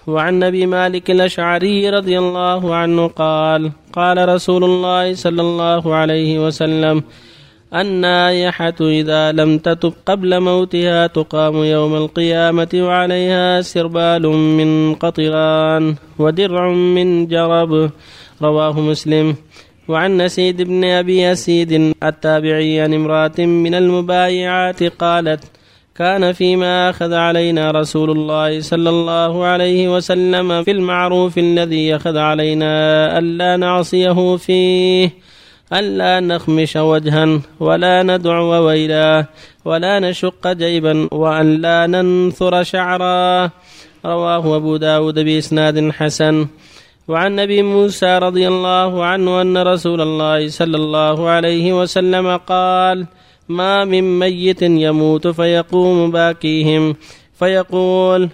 وعن أبي مالك الأشعري رضي الله عنه قال قال رسول الله صلى الله عليه وسلم: النائحة إذا لم تتب قبل موتها تقام يوم القيامة وعليها سربال من قطران ودرع من جرب. رواه مسلم. وعن سيد بن أبي أسيد التابعي عن امرأة من المبايعات قالت: كان فيما أخذ علينا رسول الله صلى الله عليه وسلم في المعروف الذي أخذ علينا ألا نعصيه فيه، ألا نخمش وجها ولا ندعو ويلا ولا نشق جيبا وأن لا ننثر شعرا. رواه أبو داود بإسناد حسن. وعن أبي موسى رضي الله عنه أن رسول الله صلى الله عليه وسلم قال: ما من ميت يموت فيقوم باكيهم فيقول: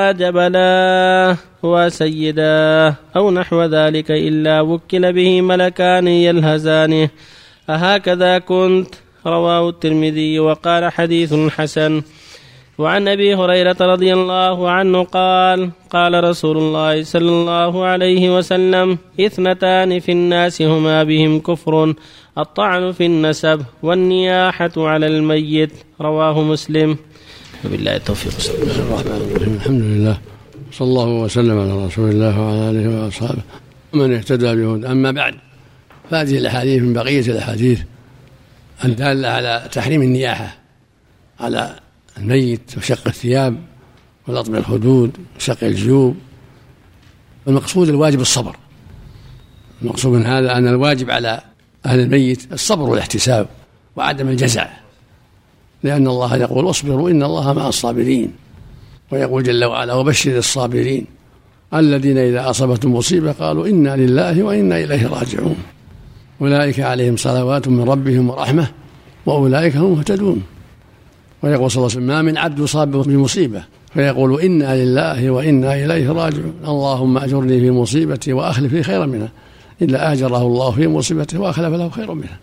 وجبلا وسيدا أو نحو ذلك إلا وكل به ملكان يلهزانه، أهكذا كنت؟ رواه الترمذي وقال حديث حسن. وعن أبي هريرة رضي الله عنه قال: قال رسول الله صلى الله عليه وسلم: 2 في الناس هما بهم كفر: الطعن في النسب والنياحة على الميت. رواه مسلم. وبالله التوفيق. بسم الله الرحمن الرحيم. الحمد لله صلى الله وسلم على رسول الله وعلى آله وأصحابه ومن اهتدى بهداه. أما بعد، فهذه الأحاديث من بقية الأحاديث الدالة على تحريم النياحة على الميت وشق الثياب ولطم الخدود وشق الجيوب. والمقصود الواجب الصبر. المقصود من هذا أن الواجب على أهل الميت الصبر والاحتساب وعدم الجزع، لأن الله يقول: اصبروا إن الله مع الصابرين. ويقول جل وعلا: وبشر الصابرين الذين إذا أصابتهم مصيبة قالوا إنا لله وإنا إليه راجعون أولئك عليهم صلوات من ربهم ورحمة وأولئك هم مهتدون. ويقول صلى الله عليه وسلم: ما من عبد يصاب بمصيبة فيقول إنا لله وإنا إليه راجعون اللهم أجرني في مصيبتي وأخلف لي خيرا منها، إلا أجره الله في مصيبته وأخلف له خيرا منها.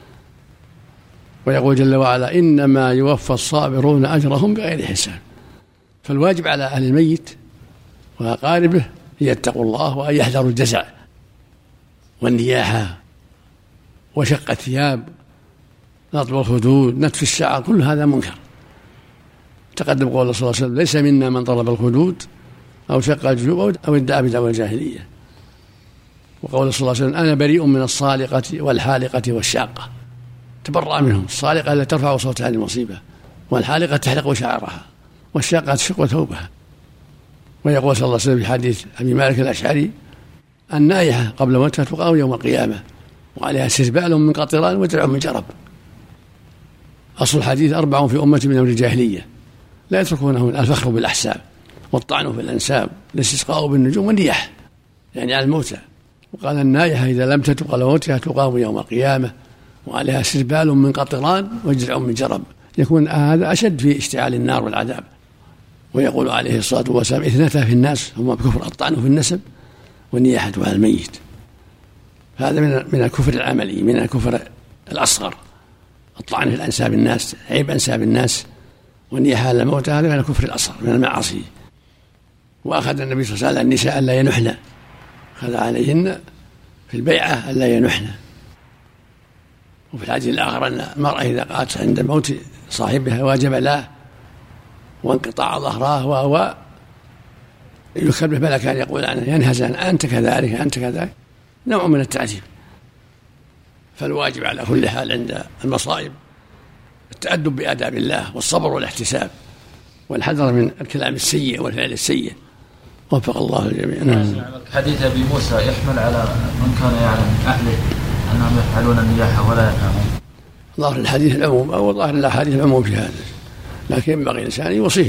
ويقول جل وعلا: إنما يوفى الصابرون أجرهم بغير حساب. فالواجب على أهل الميت وأقاربه هي يتقوا الله وأن يحذروا الجزع والنياحة وشق الثياب نطب الخدود نتف الشعر، كل هذا منكر. تقدم قول صلى الله عليه وسلم: ليس منا من طلب الخدود أو شق الجيوب أو ادعى بدعوى الجاهلية. وقول صلى الله عليه وسلم: أنا بريء من الصالقة والحالقة والشاقة. تبرأ منهم. الصالقة التي ترفع صوتها عن المصيبة، والحالقة تحلق شعرها، والشاقة تشق ثوبها. ويقول صلى الله عليه وسلم في حديث أبي مالك الأشعري: النائحة قبل موتها تقام يوم القيامة وعليها سربال من قطران ودرع من جرب. أصل الحديث: 4 في أمتي من أمر الجاهلية لا يتركونه: الفخر بالأحساب والطعن في الأنساب والاستسقاء بالنجوم والنياح، يعني على الموتى. وقال: النائحة إذا لم تتب قبل موتها تقام يوم القيامة وعليها سربال من قطران ودرع من جرب. يكون هذا أشد في اشتعال النار والعذاب. ويقول عليه الصلاة والسلام: 2 في الناس هما بكفر: الطعن في النسب والنياحة على الميت. هذا من الكفر العملي، من الكفر الأصغر. الطعن في الأنساب الناس، عيب أنساب الناس، والنياحة على الموتى هذا من الكفر الأصغر، من المعاصي. وأخذ النبي صلى الله عليه وسلم النساء ألا ينحن، أخذ عليهن في البيعة ألا ينحن. وفي الحديث الآخر أن المرأة إذا قالت عند موت صاحبها واجب له وانقطاع ظهراه وهو يكبر ملكان يقول عنه ينهزان: أنت كذلك أنت كذلك، نوع من التعذيب. فالواجب على كل حال عند المصائب التأدب بآداب الله والصبر والاحتساب والحذر من الكلام السيء والفعل السيء. وفق الله الجميع. حديث أبي موسى يحمل على من كان يعلم أهله أنهم يفعلون النياحة ولا يفعلون. ظاهر الحديث العموم أو ظاهر الأحاديث العموم في هذا، لكن ينبغي الإنسان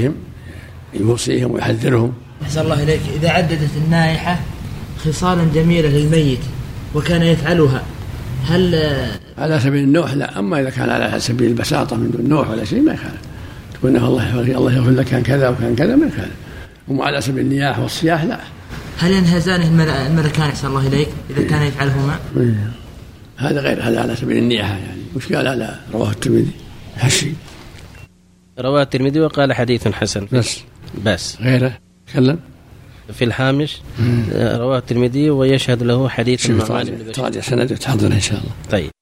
يوصيهم ويحذرهم. أحسن الله إليك. إذا عددت النائحة خصالا جميلة للميت وكان يفعلها، هل على سبيل النوح؟ لا. أما إذا كان على سبيل البساطة من دون نوح ولا شيء ما يخالف. تقول الله يغفر لك كان كذا وكان كذا ما يخالف. وما على سبيل النياح والصياح لا. هل ينهزانه الملكان أحسن الله إليك إذا كان يفعلهما؟ هذا غير هذا على سبيل النياحة يعني. وش قال؟ لا رواه الترمذي هالشيء. رواه الترمذي وقال حديث حسن. بس غيره تكلم. في الهامش رواه الترمذي ويشهد له حديث النعمان بن بشير. تراجع سنده تحضر إن شاء الله. طيب.